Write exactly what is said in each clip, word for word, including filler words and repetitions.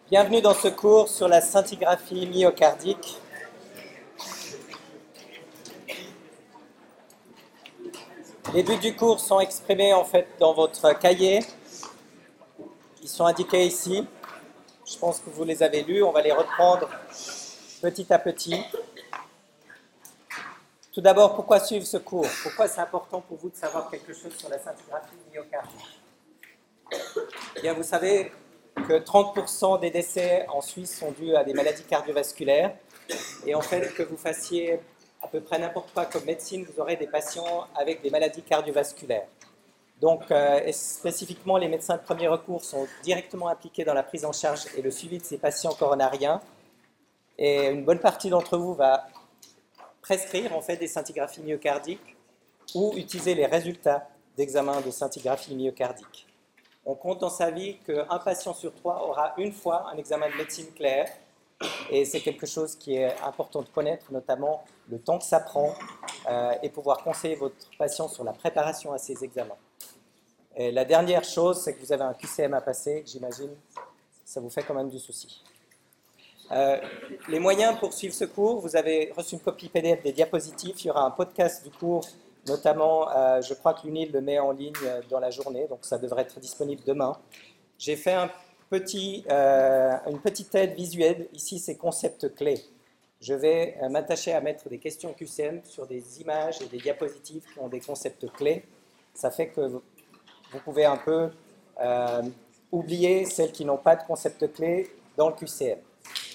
Bienvenue dans ce cours sur la scintigraphie myocardique. Les buts du cours sont exprimés en fait dans votre cahier. Ils sont indiqués ici. Je pense que vous les avez lus. On va les reprendre petit à petit. Tout d'abord, pourquoi suivre ce cours? Pourquoi c'est important pour vous de savoir quelque chose sur la scintigraphie myocardique? Eh bien, vous savez que trente pour cent des décès en Suisse sont dus à des maladies cardiovasculaires. Et en fait, que vous fassiez à peu près n'importe quoi comme médecine, vous aurez des patients avec des maladies cardiovasculaires. Donc, euh, et spécifiquement, les médecins de premier recours sont directement impliqués dans la prise en charge et le suivi de ces patients coronariens. Et une bonne partie d'entre vous va prescrire en fait des scintigraphies myocardiques ou utiliser les résultats d'examen de scintigraphie myocardique. On compte dans sa vie qu'un patient sur trois aura une fois un examen de médecine claire. Et c'est quelque chose qui est important de connaître, notamment le temps que ça prend euh, et pouvoir conseiller votre patient sur la préparation à ces examens. Et la dernière chose, c'est que vous avez un Q C M à passer, j'imagine. Ça vous fait quand même du souci. Euh, les moyens pour suivre ce cours, vous avez reçu une copie P D F des diapositives. Il y aura un podcast du cours, notamment, euh, je crois que l'U N I L le met en ligne dans la journée, donc ça devrait être disponible demain. J'ai fait un petit, euh, une petite aide visuelle. Ici, c'est concepts clés. Je vais euh, m'attacher à mettre des questions Q C M sur des images et des diapositives qui ont des concepts clés. Ça fait que vous, vous pouvez un peu euh, oublier celles qui n'ont pas de concept clé dans le Q C M.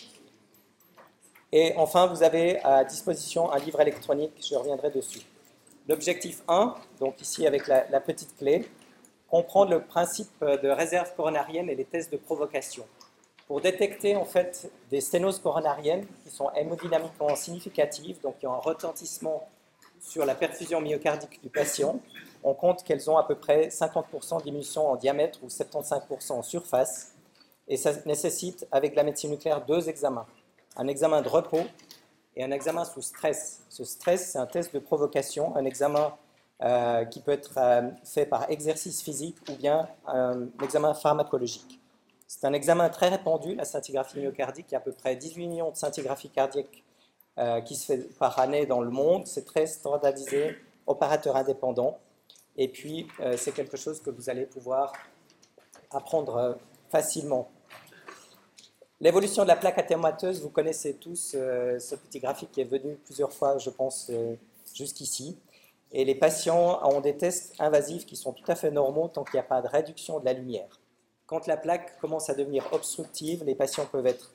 Et enfin, vous avez à disposition un livre électronique, je reviendrai dessus. L'objectif un, donc ici avec la, la petite clé, comprendre le principe de réserve coronarienne et les tests de provocation. Pour détecter en fait des sténoses coronariennes qui sont hémodynamiquement significatives, donc qui ont un retentissement sur la perfusion myocardique du patient, on compte qu'elles ont à peu près cinquante pour cent de diminution en diamètre ou soixante-quinze pour cent en surface, et ça nécessite avec la médecine nucléaire deux examens. Un examen de repos et un examen sous stress. Ce stress, c'est un test de provocation, un examen euh, qui peut être euh, fait par exercice physique ou bien un examen pharmacologique. C'est un examen très répandu, la scintigraphie myocardique. Il y a à peu près dix-huit millions de scintigraphies cardiaques euh, qui se fait par année dans le monde. C'est très standardisé, opérateur indépendant. Et puis, euh, c'est quelque chose que vous allez pouvoir apprendre euh, facilement. L'évolution de la plaque atéromateuse, vous connaissez tous euh, ce petit graphique qui est venu plusieurs fois, je pense, euh, jusqu'ici. Et les patients ont des tests invasifs qui sont tout à fait normaux tant qu'il n'y a pas de réduction de la lumière. Quand la plaque commence à devenir obstructive, les patients peuvent être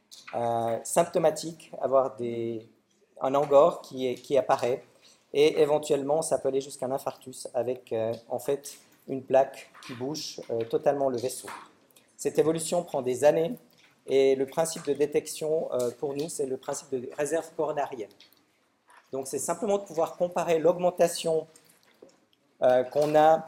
euh, symptomatiques, avoir des, un angor qui, est, qui apparaît, et éventuellement, ça peut aller jusqu'à un infarctus avec euh, en fait une plaque qui bouche euh, totalement le vaisseau. Cette évolution prend des années. Et le principe de détection, euh, pour nous, c'est le principe de réserve coronarienne. Donc, c'est simplement de pouvoir comparer l'augmentation euh, qu'on a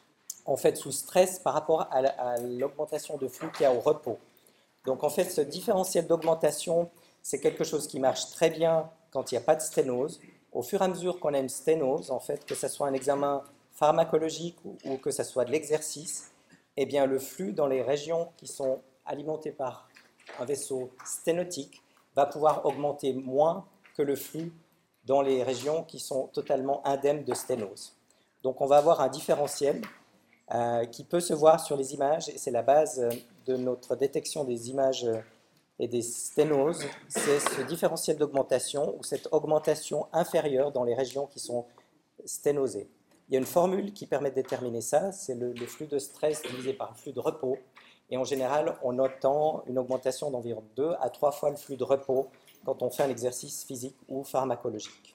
en fait sous stress par rapport à, à l'augmentation de flux qu'il y a au repos. Donc, en fait, ce différentiel d'augmentation, c'est quelque chose qui marche très bien quand il n'y a pas de sténose. Au fur et à mesure qu'on a une sténose, en fait, que ce soit un examen pharmacologique ou, ou que ce soit de l'exercice, eh bien, le flux dans les régions qui sont alimentées par un vaisseau sténotique va pouvoir augmenter moins que le flux dans les régions qui sont totalement indemnes de sténose. Donc on va avoir un différentiel euh, qui peut se voir sur les images, et c'est la base de notre détection des images et des sténoses, c'est ce différentiel d'augmentation ou cette augmentation inférieure dans les régions qui sont sténosées. Il y a une formule qui permet de déterminer ça, c'est le, le flux de stress divisé par le flux de repos. Et en général, on attend une augmentation d'environ deux à trois fois le flux de repos quand on fait un exercice physique ou pharmacologique.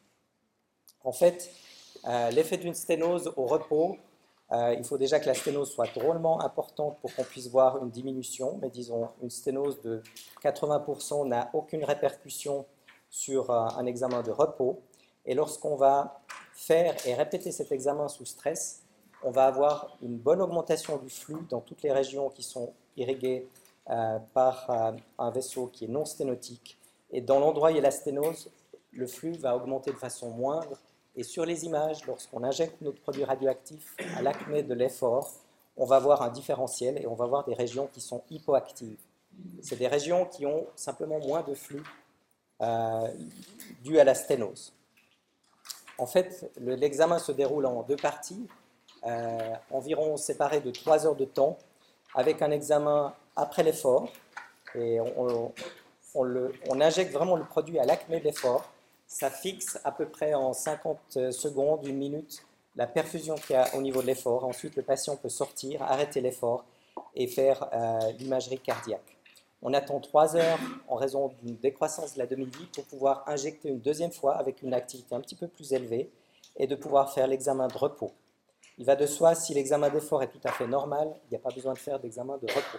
En fait, euh, l'effet d'une sténose au repos, euh, il faut déjà que la sténose soit drôlement importante pour qu'on puisse voir une diminution, mais disons une sténose de quatre-vingts pour cent n'a aucune répercussion sur euh, un examen de repos. Et lorsqu'on va faire et répéter cet examen sous stress, on va avoir une bonne augmentation du flux dans toutes les régions qui sont irriguées euh, par euh, un vaisseau qui est non sténotique. Et dans l'endroit où il y a la sténose, le flux va augmenter de façon moindre. Et sur les images, lorsqu'on injecte notre produit radioactif à l'acmé de l'effort, on va voir un différentiel et on va voir des régions qui sont hypoactives. C'est des régions qui ont simplement moins de flux euh, dû à la sténose. En fait, le, l'examen se déroule en deux parties, euh, environ séparées de trois heures de temps, avec un examen après l'effort. Et on, on, on, le, on injecte vraiment le produit à l'acmé de l'effort. Ça fixe à peu près en cinquante secondes, une minute, la perfusion qu'il y a au niveau de l'effort. Ensuite, le patient peut sortir, arrêter l'effort et faire euh, l'imagerie cardiaque. On attend trois heures en raison d'une décroissance de la demi-vie pour pouvoir injecter une deuxième fois avec une activité un petit peu plus élevée et de pouvoir faire l'examen de repos. Il va de soi, si l'examen d'effort est tout à fait normal, il n'y a pas besoin de faire d'examen de repos.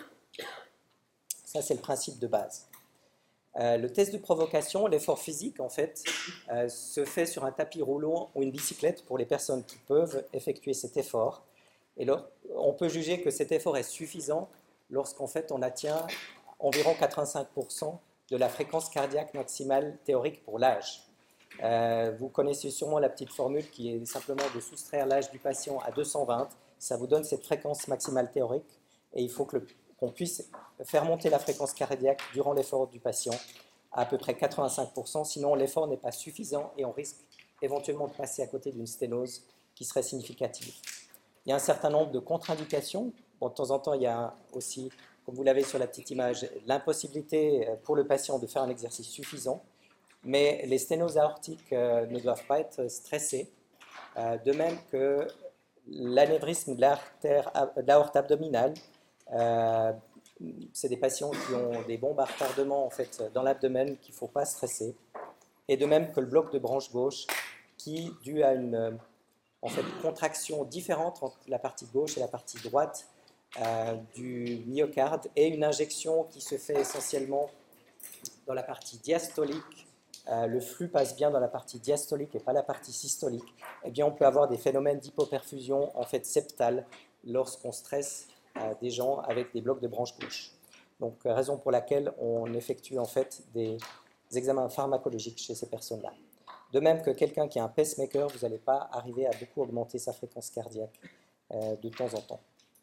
Ça, c'est le principe de base. Euh, le test de provocation, l'effort physique, en fait, euh, se fait sur un tapis roulant ou une bicyclette pour les personnes qui peuvent effectuer cet effort. Et là, on peut juger que cet effort est suffisant lorsqu'en fait on atteint environ quatre-vingt-cinq pour cent de la fréquence cardiaque maximale théorique pour l'âge. Euh, vous connaissez sûrement la petite formule qui est simplement de soustraire l'âge du patient à deux cent vingt. Ça vous donne cette fréquence maximale théorique et il faut que le, qu'on puisse faire monter la fréquence cardiaque durant l'effort du patient à à peu près quatre-vingt-cinq pour cent, sinon l'effort n'est pas suffisant et on risque éventuellement de passer à côté d'une sténose qui serait significative. Il y a un certain nombre de contre-indications. Bon, de temps en temps, il y a aussi, comme vous l'avez sur la petite image, l'impossibilité pour le patient de faire un exercice suffisant. Mais les sténoses aortiques euh, ne doivent pas être stressées. Euh, de même que l'anévrisme de l'aorte abdominale, euh, c'est des patients qui ont des bombes à retardement en fait, dans l'abdomen qu'il ne faut pas stresser. Et de même que le bloc de branche gauche, qui, dû à une en fait, contraction différente entre la partie gauche et la partie droite euh, du myocarde, et une injection qui se fait essentiellement dans la partie diastolique. Euh, le flux passe bien dans la partie diastolique et pas la partie systolique, eh bien on peut avoir des phénomènes d'hypoperfusion en fait septale lorsqu'on stresse euh, des gens avec des blocs de branche gauche. Donc raison pour laquelle on effectue en fait des examens pharmacologiques chez ces personnes-là. De même que quelqu'un qui a un pacemaker, vous n'allez pas arriver à beaucoup augmenter sa fréquence cardiaque euh, de temps en temps.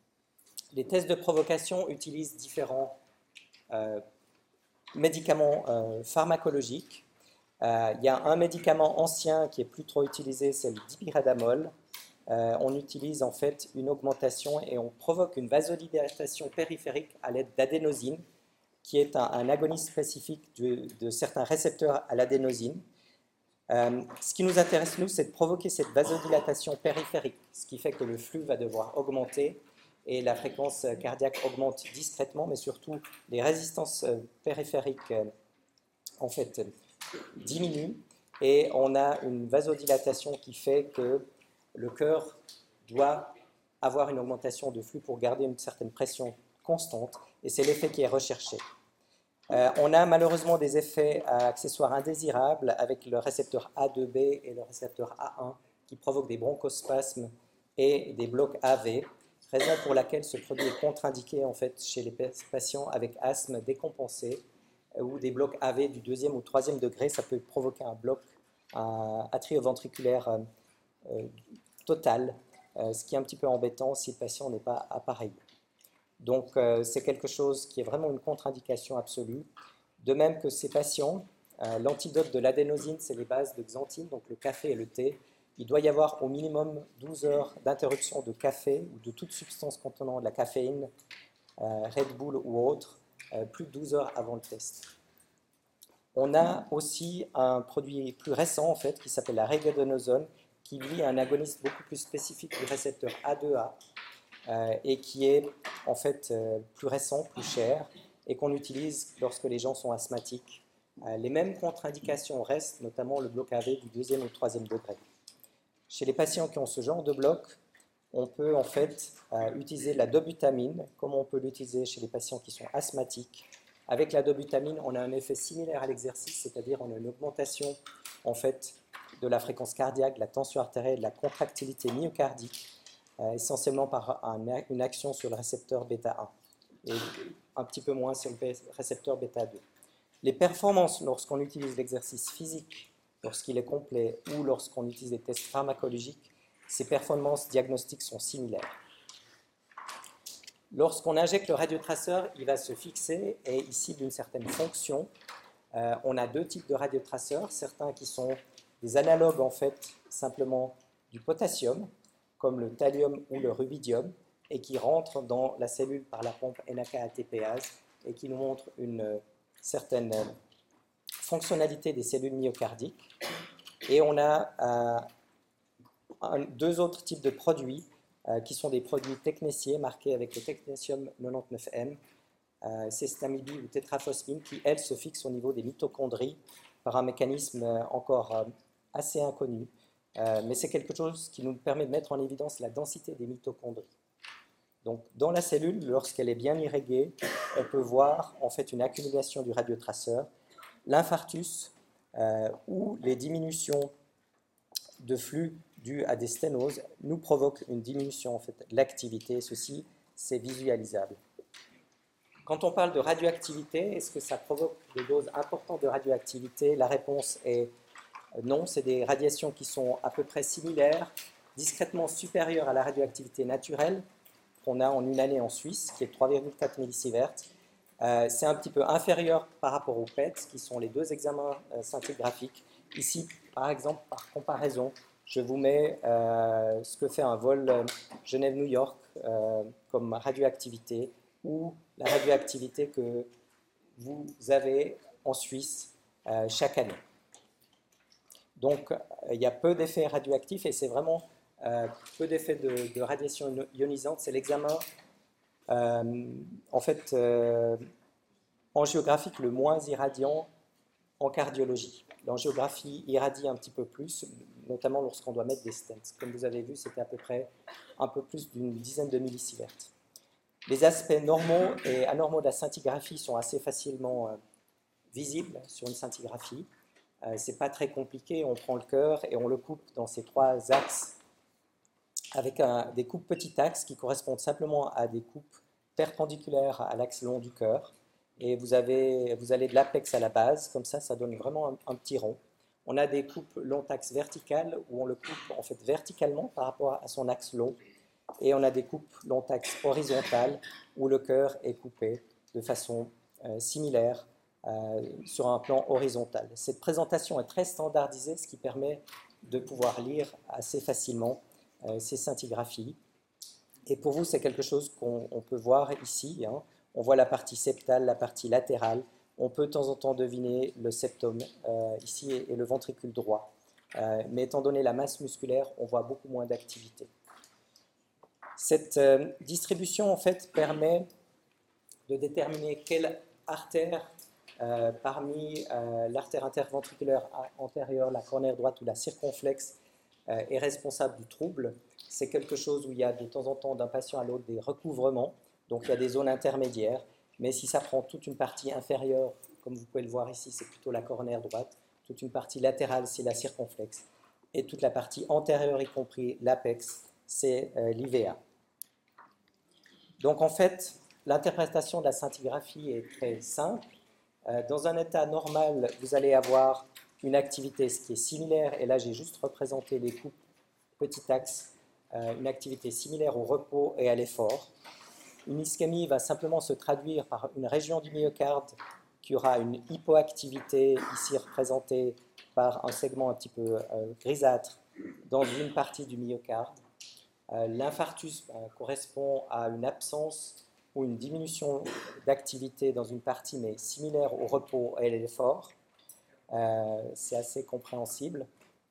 Les tests de provocation utilisent différents euh, médicaments euh, pharmacologiques. Euh, il y a un médicament ancien qui est plus trop utilisé, c'est le dipyridamol. Euh, on utilise en fait une augmentation et on provoque une vasodilatation périphérique à l'aide d'adénosine, qui est un, un agoniste spécifique de, de certains récepteurs à l'adénosine. Euh, ce qui nous intéresse, nous, c'est de provoquer cette vasodilatation périphérique, ce qui fait que le flux va devoir augmenter et la fréquence cardiaque augmente discrètement, mais surtout les résistances périphériques euh, en fait diminuent et on a une vasodilatation qui fait que le cœur doit avoir une augmentation de flux pour garder une certaine pression constante et c'est l'effet qui est recherché. Euh, on a malheureusement des effets euh, accessoires indésirables avec le récepteur A deux B et le récepteur A un qui provoquent des bronchospasmes et des blocs A V, raison pour laquelle ce produit est contre-indiqué en fait, chez les patients avec asthme décompensé euh, ou des blocs A V du deuxième ou troisième degré. Ça peut provoquer un bloc euh, atrioventriculaire euh, euh, total, euh, ce qui est un petit peu embêtant si le patient n'est pas appareillé. Donc, euh, c'est quelque chose qui est vraiment une contre-indication absolue. De même que ces patients, euh, l'antidote de l'adénosine, c'est les bases de xanthine, donc le café et le thé. Il doit y avoir au minimum douze heures d'interruption de café ou de toute substance contenant de la caféine, euh, Red Bull ou autre, euh, plus de douze heures avant le test. On a aussi un produit plus récent, en fait, qui s'appelle la regadenoson, qui lui est un agoniste beaucoup plus spécifique du récepteur A deux A, Euh, et qui est en fait euh, plus récent, plus cher, et qu'on utilise lorsque les gens sont asthmatiques. Euh, les mêmes contre-indications restent, notamment le bloc A V du deuxième ou troisième degré. Chez les patients qui ont ce genre de bloc, on peut en fait euh, utiliser la dobutamine, comme on peut l'utiliser chez les patients qui sont asthmatiques. Avec la dobutamine, on a un effet similaire à l'exercice, c'est-à-dire on a une augmentation en fait de la fréquence cardiaque, de la tension artérielle, de la contractilité myocardique, Euh, essentiellement par un, une action sur le récepteur bêta un et un petit peu moins sur le récepteur bêta deux. Les performances lorsqu'on utilise l'exercice physique, lorsqu'il est complet ou lorsqu'on utilise des tests pharmacologiques, ces performances diagnostiques sont similaires. Lorsqu'on injecte le radiotraceur, il va se fixer et ici d'une certaine fonction. Euh, on a deux types de radiotraceurs, certains qui sont des analogues en fait simplement du potassium, comme le thallium ou le rubidium, et qui rentrent dans la cellule par la pompe N A K A T P ase et qui nous montrent une euh, certaine euh, fonctionnalité des cellules myocardiques. Et on a euh, un, deux autres types de produits euh, qui sont des produits technéciés marqués avec le technétium quatre-vingt-dix-neuf M, euh, cestamibie ou tétraphosphine, qui elles se fixent au niveau des mitochondries par un mécanisme euh, encore euh, assez inconnu. Euh, mais c'est quelque chose qui nous permet de mettre en évidence la densité des mitochondries. Donc, dans la cellule, lorsqu'elle est bien irriguée, on peut voir en fait une accumulation du radiotraceur, l'infarctus euh, ou les diminutions de flux dues à des sténoses nous provoquent une diminution en fait, de l'activité. Ceci, c'est visualisable. Quand on parle de radioactivité, est-ce que ça provoque des doses importantes de radioactivité? La réponse est non, c'est des radiations qui sont à peu près similaires, discrètement supérieures à la radioactivité naturelle qu'on a en une année en Suisse, qui est de trois virgule quatre millisieverts. Euh, c'est un petit peu inférieur par rapport aux P E T, qui sont les deux examens euh, scintigraphiques. Ici, par exemple, par comparaison, je vous mets euh, ce que fait un vol euh, Genève-New York euh, comme radioactivité, ou la radioactivité que vous avez en Suisse euh, chaque année. Donc, il y a peu d'effets radioactifs et c'est vraiment euh, peu d'effets de, de radiation ionisante. C'est l'examen, euh, en fait, euh, angiographique le moins irradiant en cardiologie. L'angiographie irradie un petit peu plus, notamment lorsqu'on doit mettre des stents. Comme vous avez vu, c'était à peu près un peu plus d'une dizaine de millisieverts. Les aspects normaux et anormaux de la scintigraphie sont assez facilement euh, visibles sur une scintigraphie. Euh, c'est pas très compliqué, on prend le cœur et on le coupe dans ces trois axes avec un, des coupes petits axes qui correspondent simplement à des coupes perpendiculaires à l'axe long du cœur. Et vous, avez, vous allez de l'apex à la base, comme ça, ça donne vraiment un, un petit rond. On a des coupes long axe verticales où on le coupe en fait verticalement par rapport à son axe long. Et on a des coupes long axe horizontales où le cœur est coupé de façon euh, similaire euh, sur un plan horizontal. Cette présentation est très standardisée, ce qui permet de pouvoir lire assez facilement euh, ces scintigraphies. Et pour vous, c'est quelque chose qu'on peut voir ici. Hein. On voit la partie septale, la partie latérale. On peut de temps en temps deviner le septum euh, ici et, et le ventricule droit. Euh, mais étant donné la masse musculaire, on voit beaucoup moins d'activité. Cette euh, distribution, en fait, permet de déterminer quelle artère, euh, parmi euh, l'artère interventriculaire antérieure, la coronaire droite ou la circonflexe, euh, est responsable du trouble. C'est quelque chose où il y a de temps en temps d'un patient à l'autre des recouvrements, donc il y a des zones intermédiaires, mais si ça prend toute une partie inférieure, comme vous pouvez le voir ici, c'est plutôt la coronaire droite, toute une partie latérale, c'est la circonflexe, et toute la partie antérieure, y compris l'apex, c'est euh, l'I V A. Donc en fait, l'interprétation de la scintigraphie est très simple. Euh, dans un état normal, vous allez avoir une activité ce qui est similaire, et là j'ai juste représenté les coupes petit axe, euh, une activité similaire au repos et à l'effort. Une ischémie va simplement se traduire par une région du myocarde qui aura une hypoactivité, ici représentée par un segment un petit peu euh, grisâtre dans une partie du myocarde. Euh, L'infarctus euh, correspond à une absence ou une diminution d'activité dans une partie, mais similaire au repos et à l'effort. Euh, c'est assez compréhensible.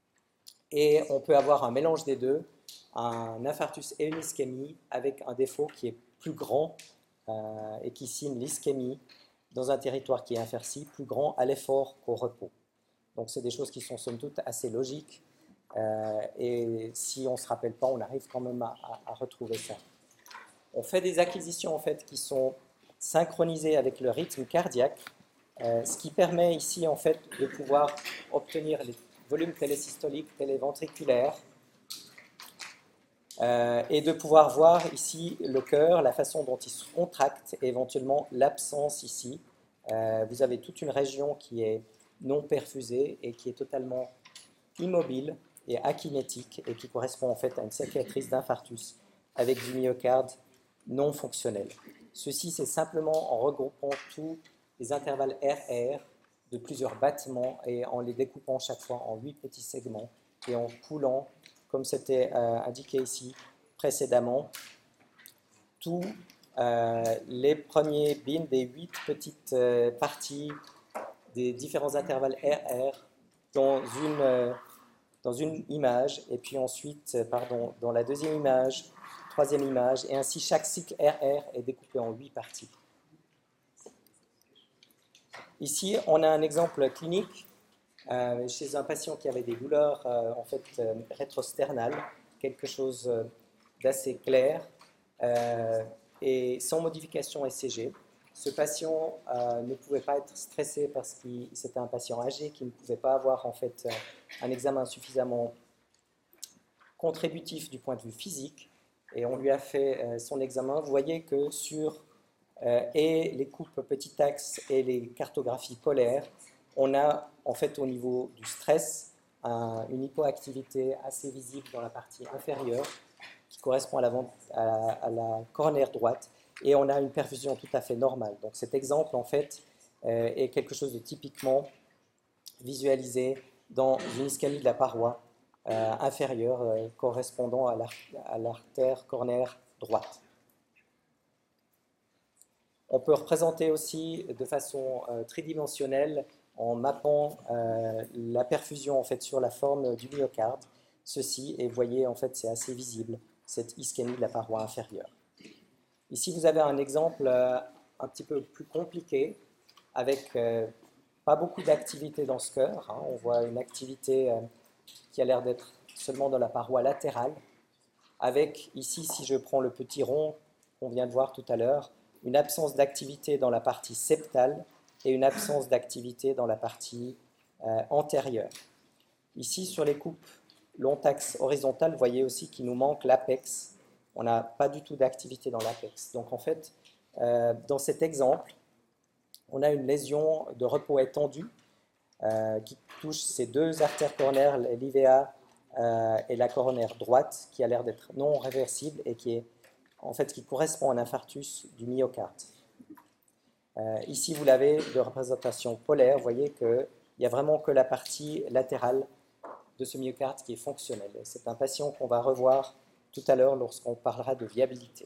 Et on peut avoir un mélange des deux, un infarctus et une ischémie, avec un défaut qui est plus grand euh, et qui signe l'ischémie dans un territoire qui est infarci, plus grand à l'effort qu'au repos. Donc c'est des choses qui sont somme toute assez logiques. Euh, et si on ne se rappelle pas, on arrive quand même à, à, à retrouver ça. On fait des acquisitions en fait qui sont synchronisées avec le rythme cardiaque, euh, ce qui permet ici en fait de pouvoir obtenir les volumes télésystoliques, téléventriculaires, euh, et de pouvoir voir ici le cœur, la façon dont il se contracte, et éventuellement l'absence ici. Euh, vous avez toute une région qui est non perfusée et qui est totalement immobile et akinétique et qui correspond en fait à une cicatrice d'infarctus avec du myocarde non fonctionnels. Ceci, c'est simplement en regroupant tous les intervalles R R de plusieurs battements et en les découpant chaque fois en huit petits segments et en coulant, comme c'était euh, indiqué ici précédemment, tous euh, les premiers bins des huit petites euh, parties des différents intervalles R R dans une, euh, dans une image, et puis ensuite, euh, pardon, dans la deuxième image, troisième image, et ainsi chaque cycle R R est découpé en huit parties. Ici, on a un exemple clinique euh, chez un patient qui avait des douleurs euh, en fait euh, rétrosternales, quelque chose euh, d'assez clair euh, et sans modification E C G. Ce patient euh, ne pouvait pas être stressé parce que c'était un patient âgé qui ne pouvait pas avoir en fait un examen suffisamment contributif du point de vue physique, et on lui a fait euh, son examen. Vous voyez que sur euh, et les coupes petit axe et les cartographies polaires, on a en fait au niveau du stress un, une hypoactivité assez visible dans la partie inférieure qui correspond à la, à, à la coronaire droite, et on a une perfusion tout à fait normale. Donc cet exemple en fait euh, est quelque chose de typiquement visualisé dans une ischémie de la paroi euh, inférieure euh, correspondant à l'artère coronaire droite. On peut représenter aussi de façon euh, tridimensionnelle en mappant euh, la perfusion en fait sur la forme du myocarde. Ceci, et vous voyez en fait c'est assez visible, cette ischémie de la paroi inférieure. Ici vous avez un exemple euh, un petit peu plus compliqué avec euh, pas beaucoup d'activité dans ce cœur. Hein. On voit une activité euh, qui a l'air d'être seulement dans la paroi latérale, avec ici, si je prends le petit rond qu'on vient de voir tout à l'heure, une absence d'activité dans la partie septale et une absence d'activité dans la partie euh, antérieure. Ici, sur les coupes long axe horizontale, vous voyez aussi qu'il nous manque l'apex. On n'a pas du tout d'activité dans l'apex. Donc en fait, euh, dans cet exemple, on a une lésion de repos étendu euh, qui touche ces deux artères coronaires, l'I V A euh, et la coronaire droite, qui a l'air d'être non réversible et qui est en fait qui correspond à un infarctus du myocarde. Euh, ici, vous l'avez de représentation polaire. Vous voyez qu'il n'y a vraiment que la partie latérale de ce myocarde qui est fonctionnelle. C'est un patient qu'on va revoir tout à l'heure lorsqu'on parlera de viabilité.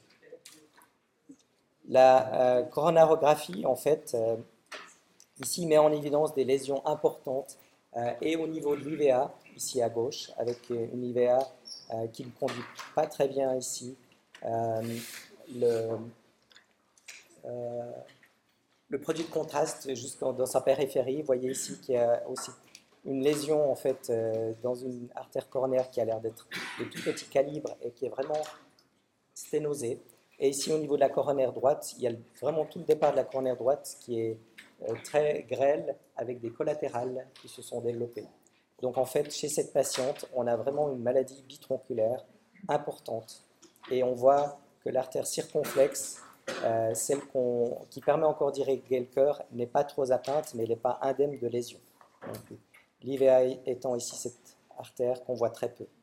La euh, coronarographie, en fait, euh, ici met en évidence des lésions importantes euh, et au niveau de l'I V A, ici à gauche, avec une I V A euh, qui ne conduit pas très bien ici. Euh, le, euh, le produit de contraste jusqu'en dans sa périphérie, vous voyez ici qu'il y a aussi une lésion en fait euh, dans une artère coronaire qui a l'air d'être de tout petit calibre et qui est vraiment sténosée. Et ici au niveau de la coronaire droite, il y a vraiment tout le départ de la coronaire droite qui est euh, très grêle avec des collatérales qui se sont développées. Donc en fait, chez cette patiente, on a vraiment une maladie bitronculaire importante. Et on voit que l'artère circonflexe, euh, celle qu'on, qui permet encore d'irriguer le cœur, n'est pas trop atteinte, mais elle n'est pas indemne de lésion. L'I V A étant ici cette artère qu'on voit très peu.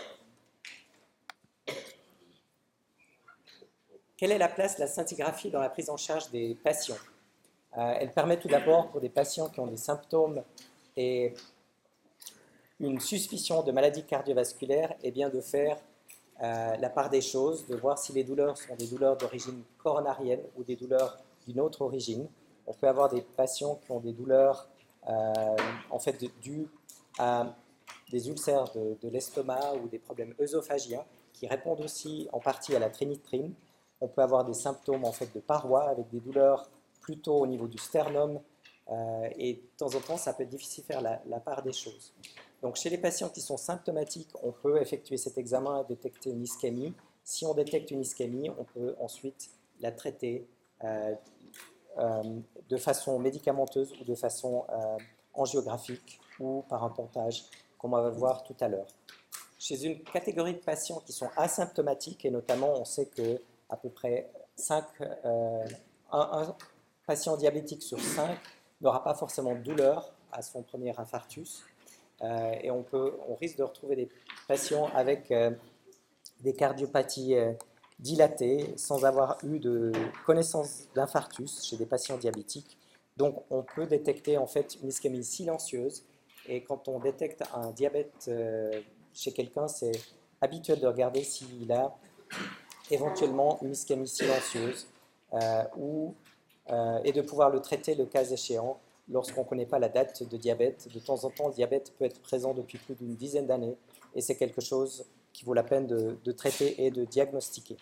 Quelle est la place de la scintigraphie dans la prise en charge des patients? euh, Elle permet tout d'abord pour des patients qui ont des symptômes et une suspicion de maladie cardiovasculaire, et bien de faire euh, la part des choses, de voir si les douleurs sont des douleurs d'origine coronarienne ou des douleurs d'une autre origine. On peut avoir des patients qui ont des douleurs euh, en fait dues à des ulcères de, de l'estomac ou des problèmes œsophagiens qui répondent aussi en partie à la trinitrine. On peut avoir des symptômes en fait de paroi avec des douleurs plutôt au niveau du sternum euh, et de temps en temps ça peut être difficile de faire la, la part des choses. Donc chez les patients qui sont symptomatiques, on peut effectuer cet examen et détecter une ischémie. Si on détecte une ischémie, on peut ensuite la traiter euh, euh, de façon médicamenteuse ou de façon euh, angiographique ou par un pontage, comme on va le voir tout à l'heure. Chez une catégorie de patients qui sont asymptomatiques, et notamment on sait que à peu près cinq, euh, un, un patient diabétique sur cinq n'aura pas forcément de douleur à son premier infarctus, euh, et on, peut, on risque de retrouver des patients avec euh, des cardiopathies euh, dilatée sans avoir eu de connaissance d'infarctus chez des patients diabétiques. Donc on peut détecter en fait une ischémie silencieuse, et quand on détecte un diabète euh, chez quelqu'un, c'est habituel de regarder s'il a éventuellement une ischémie silencieuse euh, ou, euh, et de pouvoir le traiter le cas échéant lorsqu'on ne connaît pas la date de diabète. De temps en temps, le diabète peut être présent depuis plus d'une dizaine d'années, et c'est quelque chose qui vaut la peine de, de traiter et de diagnostiquer.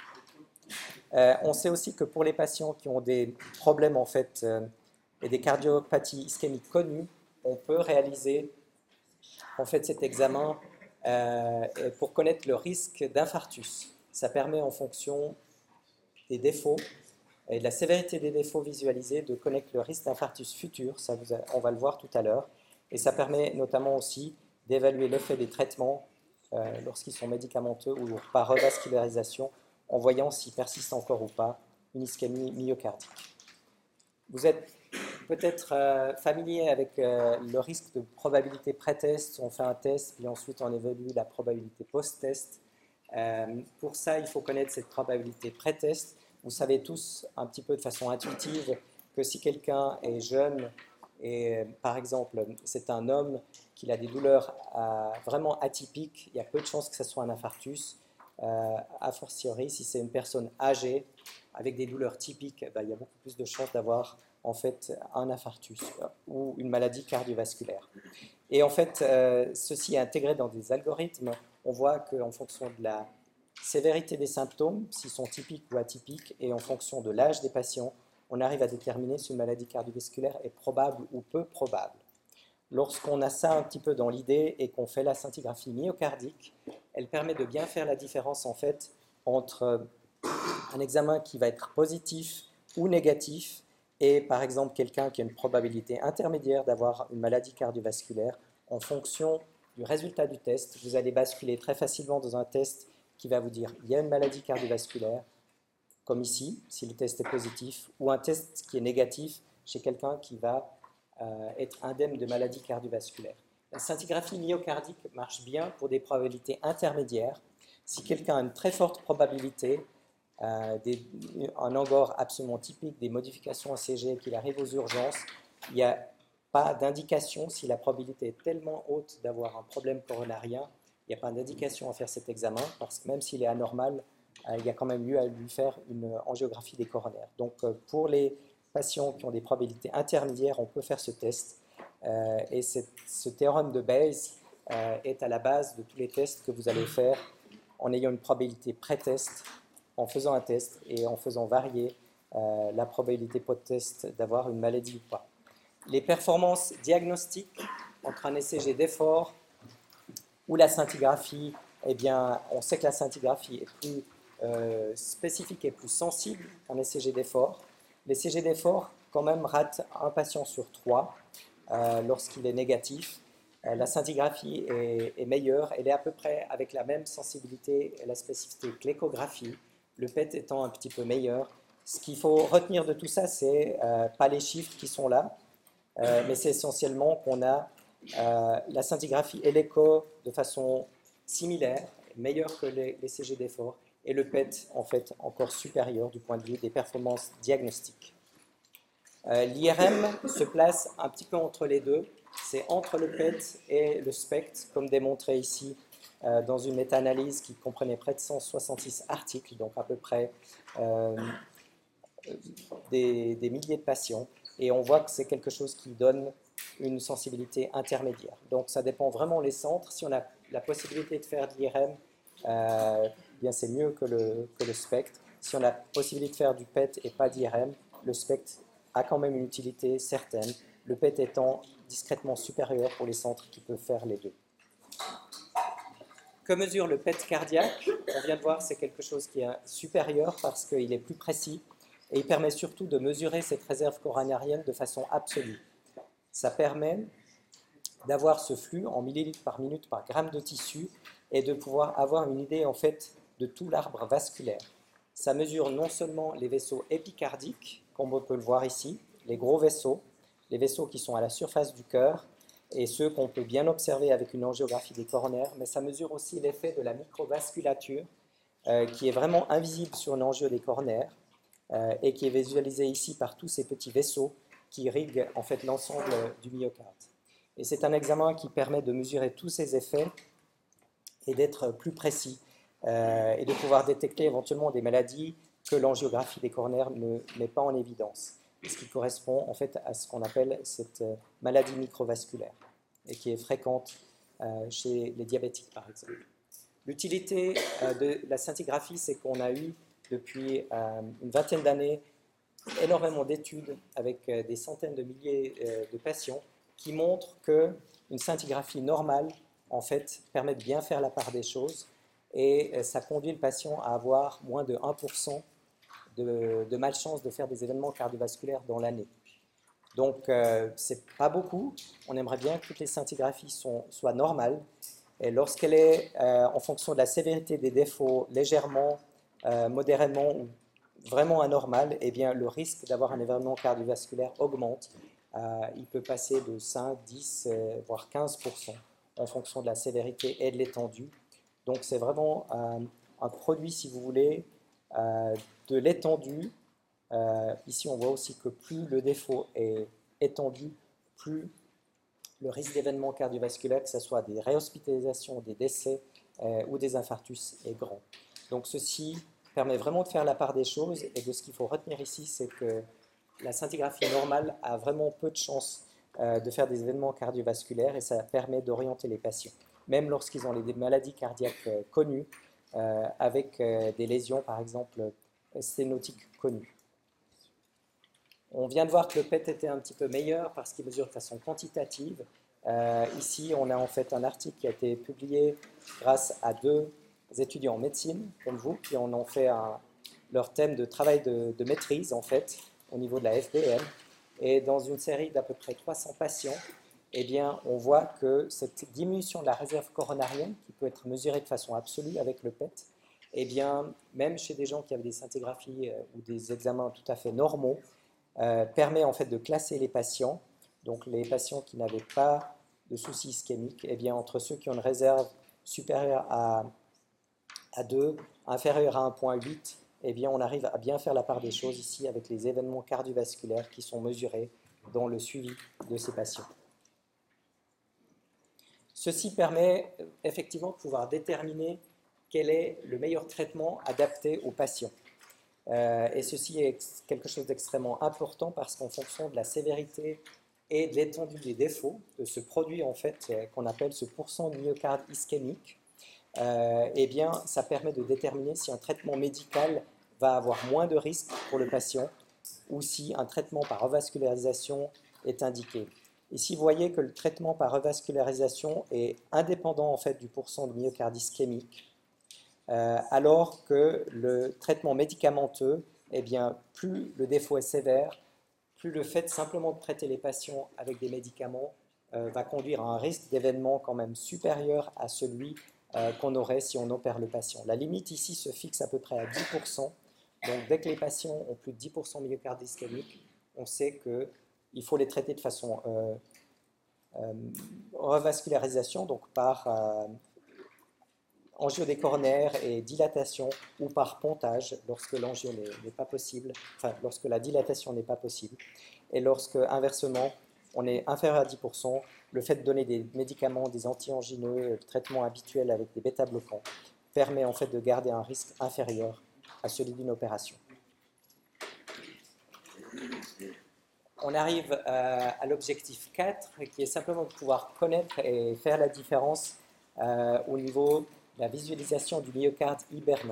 Euh, on sait aussi que pour les patients qui ont des problèmes en fait euh, et des cardiopathies ischémiques connues, on peut réaliser en fait cet examen euh, pour connaître le risque d'infarctus. Ça permet en fonction des défauts et de la sévérité des défauts visualisés de connaître le risque d'infarctus futur, ça vous a, on va le voir tout à l'heure, et ça permet notamment aussi d'évaluer l'effet des traitements euh, lorsqu'ils sont médicamenteux ou par revascularisation, en voyant s'il persiste encore ou pas une ischémie myocardique. Vous êtes peut-être euh, familier avec euh, le risque de probabilité pré-test. On fait un test, puis ensuite on évalue la probabilité post-test. Euh, pour ça, il faut connaître cette probabilité pré-test. Vous savez tous un petit peu de façon intuitive que si quelqu'un est jeune et par exemple c'est un homme qui a des douleurs euh, vraiment atypiques, il y a peu de chances que ce soit un infarctus. Euh, a fortiori, si c'est une personne âgée avec des douleurs typiques, ben, il y a beaucoup plus de chances d'avoir en fait un infarctus euh, ou une maladie cardiovasculaire. Et en fait, euh, ceci est intégré dans des algorithmes. On voit qu'en fonction de la sévérité des symptômes, s'ils sont typiques ou atypiques, et en fonction de l'âge des patients, on arrive à déterminer si une maladie cardiovasculaire est probable ou peu probable. Lorsqu'on a ça un petit peu dans l'idée et qu'on fait la scintigraphie myocardique, elle permet de bien faire la différence en fait entre un examen qui va être positif ou négatif et par exemple quelqu'un qui a une probabilité intermédiaire d'avoir une maladie cardiovasculaire. En fonction du résultat du test, vous allez basculer très facilement dans un test qui va vous dire il y a une maladie cardiovasculaire, comme ici, si le test est positif, ou un test qui est négatif chez quelqu'un qui va euh, être indemne de maladie cardiovasculaire. La scintigraphie myocardique marche bien pour des probabilités intermédiaires. Si quelqu'un a une très forte probabilité, euh, des, un angor absolument typique, des modifications E C G, qu'il arrive aux urgences, il n'y a pas d'indication, si la probabilité est tellement haute d'avoir un problème coronarien, il n'y a pas d'indication à faire cet examen, parce que même s'il est anormal, euh, il y a quand même lieu à lui faire une angiographie des coronaires. Donc euh, pour les patients qui ont des probabilités intermédiaires, on peut faire ce test. Euh, et cette, ce théorème de Bayes euh, est à la base de tous les tests que vous allez faire en ayant une probabilité pré-test, en faisant un test et en faisant varier euh, la probabilité post-test d'avoir une maladie ou pas. Les performances diagnostiques entre un E C G d'effort ou la scintigraphie, eh bien, on sait que la scintigraphie est plus euh, spécifique et plus sensible qu'un E C G d'effort. Les E C G d'effort, quand même, ratent un patient sur trois euh, lorsqu'il est négatif. Euh, la scintigraphie est, est meilleure, elle est à peu près avec la même sensibilité et la spécificité que l'échographie, le P E T étant un petit peu meilleur. Ce qu'il faut retenir de tout ça, c'est euh, pas les chiffres qui sont là, euh, mais c'est essentiellement qu'on a euh, la scintigraphie et l'écho de façon similaire, meilleure que les, les C G d'effort, et le P E T en fait encore supérieur du point de vue des performances diagnostiques. Euh, L'I R M se place un petit peu entre les deux, c'est entre le P E T et le SPECT, comme démontré ici euh, dans une méta-analyse qui comprenait près de cent soixante-six articles, donc à peu près euh, des, des milliers de patients, et on voit que c'est quelque chose qui donne une sensibilité intermédiaire. Donc ça dépend vraiment des centres. Si on a la possibilité de faire de l'I R M, euh, bien c'est mieux que le, que le SPECT. Si on a la possibilité de faire du P E T et pas d'I R M, le SPECT a quand même une utilité certaine, le P E T étant discrètement supérieur pour les centres qui peuvent faire les deux. Que mesure le P E T cardiaque? On vient de voir, c'est quelque chose qui est supérieur parce qu'il est plus précis et il permet surtout de mesurer cette réserve coronarienne de façon absolue. Ça permet d'avoir ce flux en millilitres par minute par gramme de tissu et de pouvoir avoir une idée en fait de tout l'arbre vasculaire. Ça mesure non seulement les vaisseaux épicardiques, comme on peut le voir ici, les gros vaisseaux, les vaisseaux qui sont à la surface du cœur et ceux qu'on peut bien observer avec une angiographie des coronaires, mais ça mesure aussi l'effet de la microvasculature euh, qui est vraiment invisible sur une angiole des coronaires euh, et qui est visualisé ici par tous ces petits vaisseaux qui irriguent en fait l'ensemble du myocarde. Et c'est un examen qui permet de mesurer tous ces effets et d'être plus précis euh, et de pouvoir détecter éventuellement des maladies que l'angiographie des coronaires ne met pas en évidence, ce qui correspond en fait à ce qu'on appelle cette maladie microvasculaire et qui est fréquente euh, chez les diabétiques par exemple. L'utilité euh, de la scintigraphie, c'est qu'on a eu depuis euh, une vingtaine d'années énormément d'études avec euh, des centaines de milliers euh, de patients qui montrent qu'une scintigraphie normale en fait, permet de bien faire la part des choses et euh, ça conduit le patient à avoir moins de un pour cent de, de malchance de faire des événements cardiovasculaires dans l'année. Donc, euh, c'est pas beaucoup. On aimerait bien que toutes les scintigraphies sont, soient normales. Et lorsqu'elle est euh, en fonction de la sévérité des défauts, légèrement, euh, modérément ou vraiment anormale, eh bien, le risque d'avoir un événement cardiovasculaire augmente. Euh, il peut passer de cinq, dix, euh, voire quinze pour cent en fonction de la sévérité et de l'étendue. Donc, c'est vraiment euh, un produit, si vous voulez, euh, de l'étendue. Euh, ici, on voit aussi que plus le défaut est étendu, plus le risque d'événements cardiovasculaires, que ce soit des réhospitalisations, des décès euh, ou des infarctus, est grand. Donc ceci permet vraiment de faire la part des choses et de ce qu'il faut retenir ici, c'est que la scintigraphie normale a vraiment peu de chances euh, de faire des événements cardiovasculaires et ça permet d'orienter les patients, même lorsqu'ils ont des maladies cardiaques euh, connues, euh, avec euh, des lésions par exemple sténotiques connues. On vient de voir que le P E T était un petit peu meilleur parce qu'il mesure de façon quantitative. Euh, ici, on a en fait un article qui a été publié grâce à deux étudiants en médecine, comme vous, qui en ont fait un, leur thème de travail de, de maîtrise, en fait, au niveau de la F B M. Et dans une série d'à peu près trois cents patients, eh bien, on voit que cette diminution de la réserve coronarienne, qui peut être mesurée de façon absolue avec le P E T, eh bien, même chez des gens qui avaient des scintigraphies euh, ou des examens tout à fait normaux, Euh, permet en fait de classer les patients. Donc les patients qui n'avaient pas de soucis ischémiques, eh bien, entre ceux qui ont une réserve supérieure à, à deux, inférieure à un virgule huit, eh bien, on arrive à bien faire la part des choses ici avec les événements cardiovasculaires qui sont mesurés dans le suivi de ces patients. Ceci permet effectivement de pouvoir déterminer quel est le meilleur traitement adapté aux patients. Euh, et ceci est quelque chose d'extrêmement important parce qu'en fonction de la sévérité et de l'étendue des défauts de ce produit en fait euh, qu'on appelle ce pourcent de myocarde ischémique, euh, eh bien, ça permet de déterminer si un traitement médical va avoir moins de risques pour le patient ou si un traitement par revascularisation est indiqué. Ici, vous voyez que le traitement par revascularisation est indépendant en fait du pourcent de myocarde ischémique. Euh, alors que le traitement médicamenteux, eh bien, plus le défaut est sévère, plus le fait simplement de traiter les patients avec des médicaments euh, va conduire à un risque d'événement quand même supérieur à celui euh, qu'on aurait si on opère le patient. La limite ici se fixe à peu près à dix pour cent. Donc dès que les patients ont plus de dix pour cent de myocarde ischémique, on sait qu'il faut les traiter de façon euh, euh, revascularisation, donc par euh, angio des coronaires et dilatation ou par pontage lorsque l'angio n'est pas possible, enfin lorsque la dilatation n'est pas possible. Et lorsque, inversement, on est inférieur à dix pour cent, le fait de donner des médicaments, des anti-angineux, le traitement habituel avec des bêta-bloquants, permet en fait de garder un risque inférieur à celui d'une opération. On arrive euh, à l'objectif quatre, qui est simplement de pouvoir connaître et faire la différence euh, au niveau la visualisation du myocarde hibernant.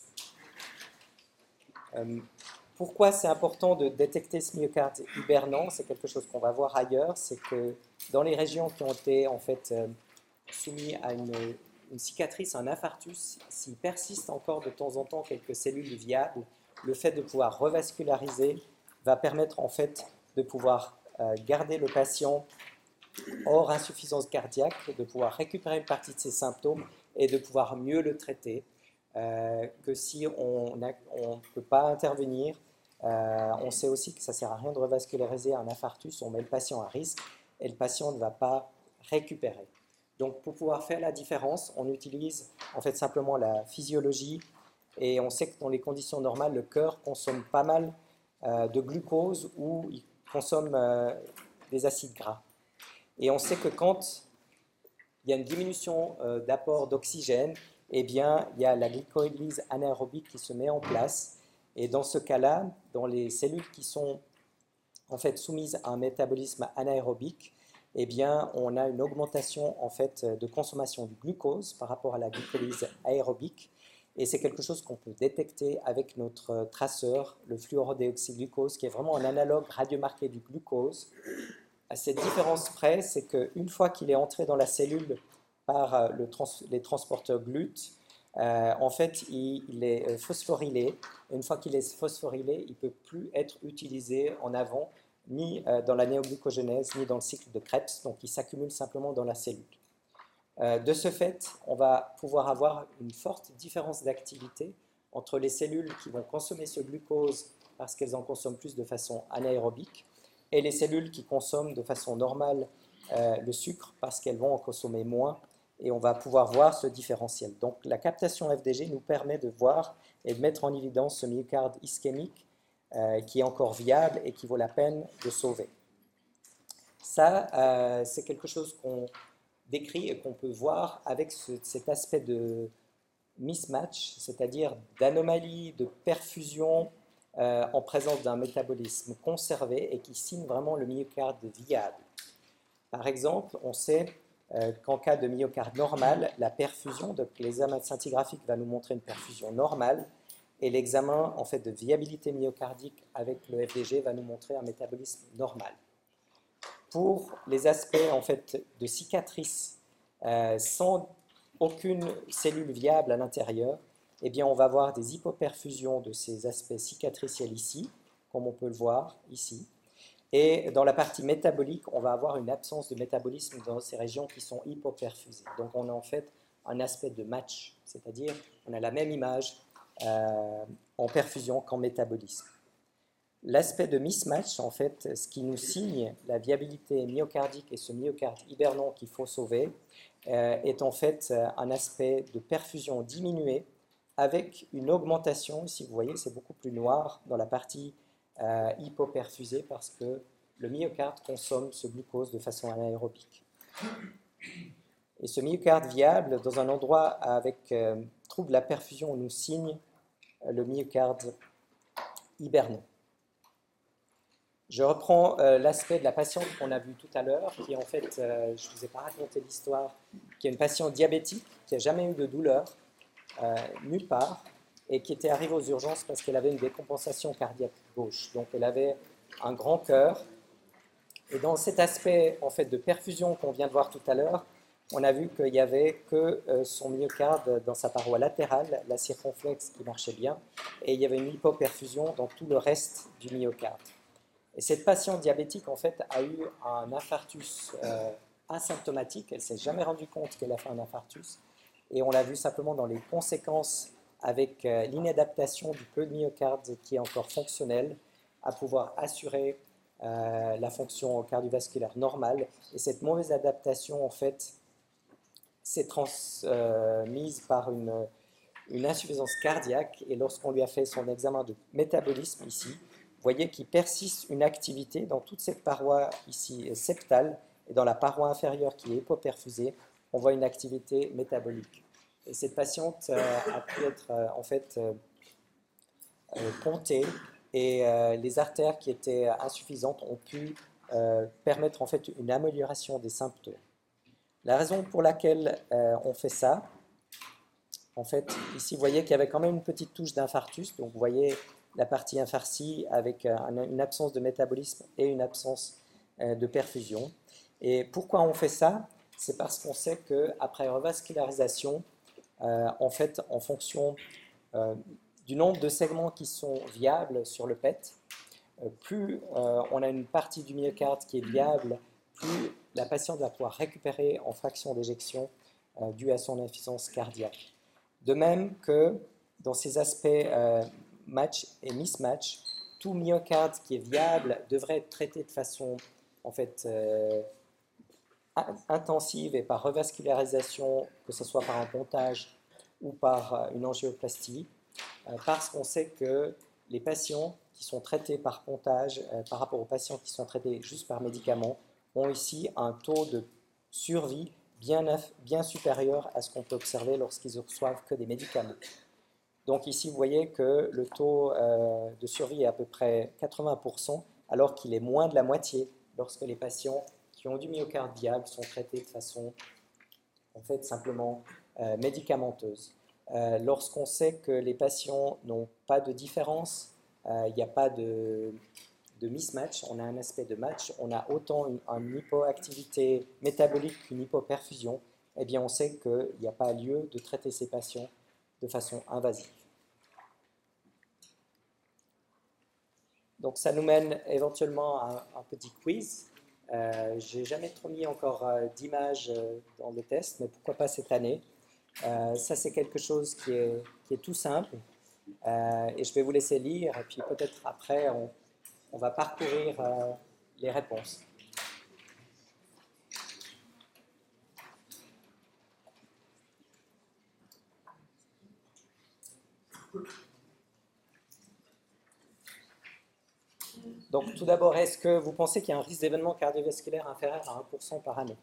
Euh, pourquoi c'est important de détecter ce myocarde hibernant? C'est quelque chose qu'on va voir ailleurs, c'est que dans les régions qui ont été en fait euh, soumises à une, une cicatrice, un infarctus, s'il persiste encore de temps en temps quelques cellules viables, le fait de pouvoir revasculariser va permettre en fait de pouvoir euh, garder le patient hors insuffisance cardiaque, de pouvoir récupérer une partie de ses symptômes et de pouvoir mieux le traiter, euh, que si on ne peut pas intervenir. Euh, on sait aussi que ça ne sert à rien de revasculariser un infarctus, on met le patient à risque et le patient ne va pas récupérer. Donc pour pouvoir faire la différence, on utilise en fait simplement la physiologie Et on sait que dans les conditions normales, le cœur consomme pas mal euh, de glucose ou il consomme euh, des acides gras. Et on sait que quand il y a une diminution euh, d'apport d'oxygène, eh bien, il y a la glycolyse anaérobique qui se met en place. Et dans ce cas-là, dans les cellules qui sont en fait soumises à un métabolisme anaérobique, eh bien, on a une augmentation en fait de consommation du glucose par rapport à la glycolyse aérobique. Et c'est quelque chose qu'on peut détecter avec notre traceur, le fluorodéoxyglucose, qui est vraiment un analogue radiomarqué du glucose. À cette différence près, c'est qu'une fois qu'il est entré dans la cellule par le trans les transporteurs G L U T, euh, en fait, il, il est phosphorylé. Et une fois qu'il est phosphorylé, il ne peut plus être utilisé en avant, ni euh, dans la néoglucogénèse, ni dans le cycle de Krebs, donc il s'accumule simplement dans la cellule. Euh, de ce fait, on va pouvoir avoir une forte différence d'activité entre les cellules qui vont consommer ce glucose parce qu'elles en consomment plus de façon anaérobique et les cellules qui consomment de façon normale euh, le sucre parce qu'elles vont en consommer moins, et on va pouvoir voir ce différentiel. Donc la captation F D G nous permet de voir et de mettre en évidence ce myocarde ischémique euh, qui est encore viable et qui vaut la peine de sauver. Ça, euh, c'est quelque chose qu'on décrit et qu'on peut voir avec ce, cet aspect de mismatch, c'est-à-dire d'anomalie de perfusion euh, en présence d'un métabolisme conservé et qui signe vraiment le myocarde viable. Par exemple, on sait euh, qu'en cas de myocarde normal, la perfusion, donc l'examen scintigraphique va nous montrer une perfusion normale, et l'examen en fait de viabilité myocardique avec le F D G va nous montrer un métabolisme normal. Pour les aspects en fait de cicatrice euh, sans aucune cellule viable à l'intérieur, eh bien on va avoir des hypoperfusions de ces aspects cicatriciels ici, comme on peut le voir ici. Et dans la partie métabolique, on va avoir une absence de métabolisme dans ces régions qui sont hypoperfusées. Donc on a en fait un aspect de match, c'est-à-dire on a la même image euh, en perfusion qu'en métabolisme. L'aspect de mismatch, en fait, ce qui nous signe la viabilité myocardique et ce myocarde hibernant qu'il faut sauver, euh, est en fait un aspect de perfusion diminuée avec une augmentation, ici vous voyez c'est beaucoup plus noir dans la partie euh, hypoperfusée parce que le myocarde consomme ce glucose de façon anaérobique. Et ce myocarde viable, dans un endroit avec euh, trouble de la perfusion, nous signe le myocarde hibernant. Je reprends euh, l'aspect de la patiente qu'on a vue tout à l'heure, qui en fait, euh, je ne vous ai pas raconté l'histoire, qui est une patiente diabétique, qui n'a jamais eu de douleur, euh, nulle part, et qui était arrivée aux urgences parce qu'elle avait une décompensation cardiaque gauche. Donc elle avait un grand cœur. Et dans cet aspect en fait, de perfusion qu'on vient de voir tout à l'heure, on a vu qu'il n'y avait que euh, son myocarde dans sa paroi latérale, la circonflexe, qui marchait bien, et il y avait une hypoperfusion dans tout le reste du myocarde. Et cette patiente diabétique, en fait, a eu un infarctus euh, asymptomatique. Elle ne s'est jamais rendue compte qu'elle a fait un infarctus. Et on l'a vu simplement dans les conséquences avec euh, l'inadaptation du peu de myocarde qui est encore fonctionnel à pouvoir assurer euh, la fonction cardiovasculaire normale. Et cette mauvaise adaptation, en fait, s'est transmise euh, par une, une insuffisance cardiaque. Et lorsqu'on lui a fait son examen de métabolisme ici, vous voyez qu'il persiste une activité dans toute cette paroi ici septale et dans la paroi inférieure qui est hypoperfusée, on voit une activité métabolique. Et cette patiente euh, a pu être euh, en fait euh, euh, pontée et euh, les artères qui étaient insuffisantes ont pu euh, permettre en fait une amélioration des symptômes. La raison pour laquelle euh, on fait ça, en fait, ici vous voyez qu'il y avait quand même une petite touche d'infarctus, donc vous voyez la partie infarcie avec une absence de métabolisme et une absence de perfusion. Et pourquoi on fait ça? C'est parce qu'on sait qu'après revascularisation, euh, en fait, en fonction euh, du nombre de segments qui sont viables sur le P E T, euh, plus euh, on a une partie du myocarde qui est viable, plus la patiente va pouvoir récupérer en fraction d'éjection euh, due à son insuffisance cardiaque. De même que dans ces aspects euh, match et mismatch, tout myocarde qui est viable devrait être traité de façon en fait euh, intensive et par revascularisation, que ce soit par un pontage ou par une angioplastie. euh, parce qu'on sait que les patients qui sont traités par pontage euh, par rapport aux patients qui sont traités juste par médicaments ont ici un taux de survie bien, bien supérieur à ce qu'on peut observer lorsqu'ils ne reçoivent que des médicaments. Donc ici, vous voyez que le taux euh, de survie est à peu près quatre-vingts pour cent, alors qu'il est moins de la moitié lorsque les patients qui ont du myocarde viable sont traités de façon, en fait, simplement euh, médicamenteuse. Euh, lorsqu'on sait que les patients n'ont pas de différence, euh, il n'y a pas de, de mismatch, on a un aspect de match, on a autant une, une hypoactivité métabolique qu'une hypoperfusion, eh bien on sait qu'il n'y a pas lieu de traiter ces patients de façon invasive. Donc ça nous mène éventuellement à un, un petit quiz. Euh, je n'ai jamais trop mis encore euh, d'images euh, dans le test, mais pourquoi pas cette année. Euh, ça c'est quelque chose qui est, qui est tout simple. Euh, et je vais vous laisser lire, et puis peut-être après on, on va parcourir euh, les réponses. Donc tout d'abord, est-ce que vous pensez qu'il y a un risque d'événement cardiovasculaire inférieur à un pour cent par année?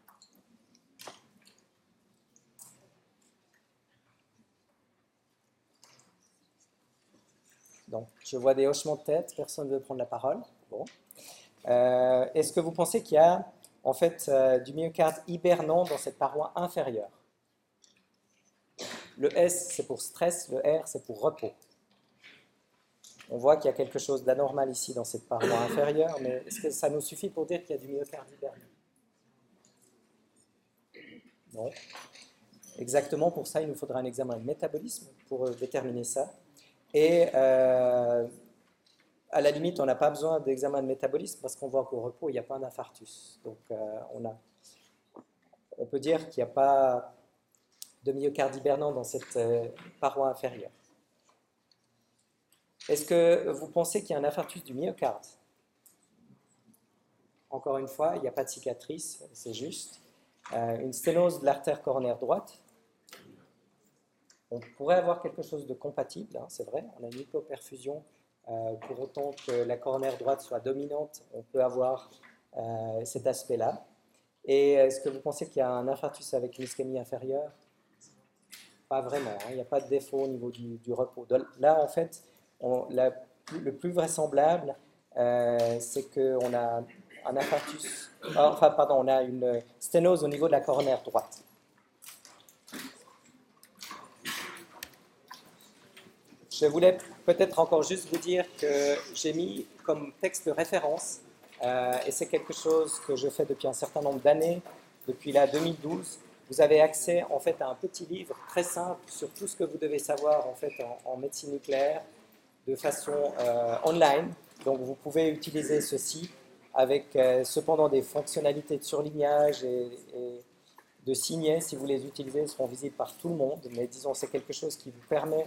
Donc je vois des hochements de tête, personne ne veut prendre la parole. Bon. Euh, est-ce que vous pensez qu'il y a en fait euh, du myocarde hibernant dans cette paroi inférieure? Le S c'est pour stress, le R c'est pour repos. On voit qu'il y a quelque chose d'anormal ici dans cette paroi inférieure, mais est-ce que ça nous suffit pour dire qu'il y a du myocarde hibernant? Non. Exactement, pour ça il nous faudra un examen de métabolisme pour euh, déterminer ça. Et euh, à la limite, on n'a pas besoin d'examen de métabolisme parce qu'on voit qu'au repos, il n'y a pas d'infarctus. Donc, euh, on, a, on peut dire qu'il n'y a pas de myocarde hibernant dans cette euh, paroi inférieure. Est-ce que vous pensez qu'il y a un infarctus du myocarde? Encore une fois, il n'y a pas de cicatrice, c'est juste. Euh, une sténose de l'artère coronaire droite. On pourrait avoir quelque chose de compatible, hein, c'est vrai. On a une hypoperfusion. Euh, pour autant que la coronaire droite soit dominante, on peut avoir euh, cet aspect-là. Et est-ce que vous pensez qu'il y a un infarctus avec une ischémie inférieure? Pas vraiment, hein, il n'y a pas de défaut au niveau du, du repos. Donc, là, en fait, on, la, le plus vraisemblable, euh, c'est qu'on a un infarctus, enfin, pardon, on a une sténose au niveau de la coronaire droite. Je voulais peut-être encore juste vous dire que j'ai mis comme texte de référence, euh, et c'est quelque chose que je fais depuis un certain nombre d'années, depuis la deux mille douze. Vous avez accès en fait à un petit livre très simple sur tout ce que vous devez savoir en fait en, en médecine nucléaire de façon euh, online. Donc vous pouvez utiliser ceci avec euh, cependant des fonctionnalités de surlignage et, et de signets. Si vous les utilisez, seront visibles par tout le monde. Mais disons c'est quelque chose qui vous permet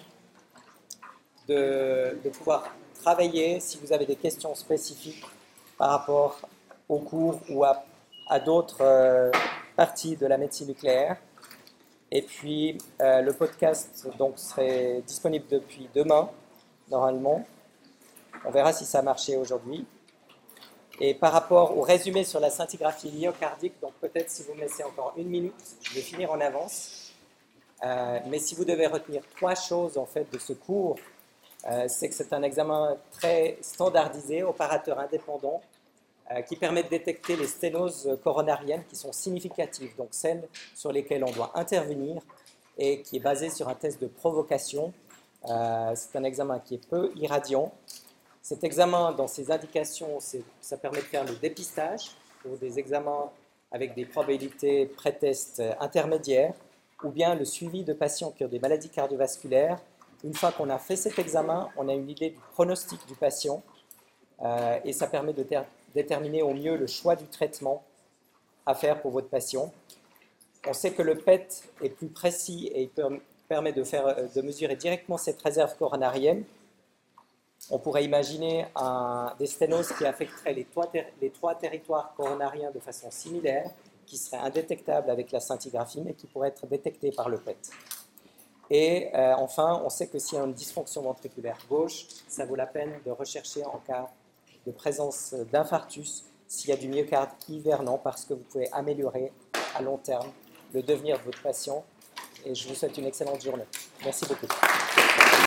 De, de pouvoir travailler si vous avez des questions spécifiques par rapport au cours ou à, à d'autres euh, parties de la médecine nucléaire. Et puis euh, le podcast donc, serait disponible depuis demain, normalement. On verra si ça a marché aujourd'hui. Et par rapport au résumé sur la scintigraphie myocardique, donc peut-être si vous me laissez encore une minute, je vais finir en avance. Euh, mais si vous devez retenir trois choses en fait de ce cours, Euh, c'est que c'est un examen très standardisé, opérateur indépendant, euh, qui permet de détecter les sténoses coronariennes qui sont significatives, donc celles sur lesquelles on doit intervenir et qui est basé sur un test de provocation. Euh, c'est un examen qui est peu irradiant. Cet examen, dans ses indications, ça permet de faire le dépistage pour des examens avec des probabilités pré-test intermédiaires, ou bien le suivi de patients qui ont des maladies cardiovasculaires. Une fois qu'on a fait cet examen, on a une idée du pronostic du patient euh, et ça permet de déterminer au mieux le choix du traitement à faire pour votre patient. On sait que le P E T est plus précis et il peut, permet de, faire, de mesurer directement cette réserve coronarienne. On pourrait imaginer un, des sténoses qui affecteraient les trois, ter les trois territoires coronariens de façon similaire, qui seraient indétectables avec la scintigraphie, mais qui pourraient être détectés par le P E T. Et euh, enfin, on sait que s'il y a une dysfonction ventriculaire gauche, ça vaut la peine de rechercher en cas de présence d'infarctus s'il y a du myocarde hivernant, parce que vous pouvez améliorer à long terme le devenir de votre patient. Et je vous souhaite une excellente journée. Merci beaucoup.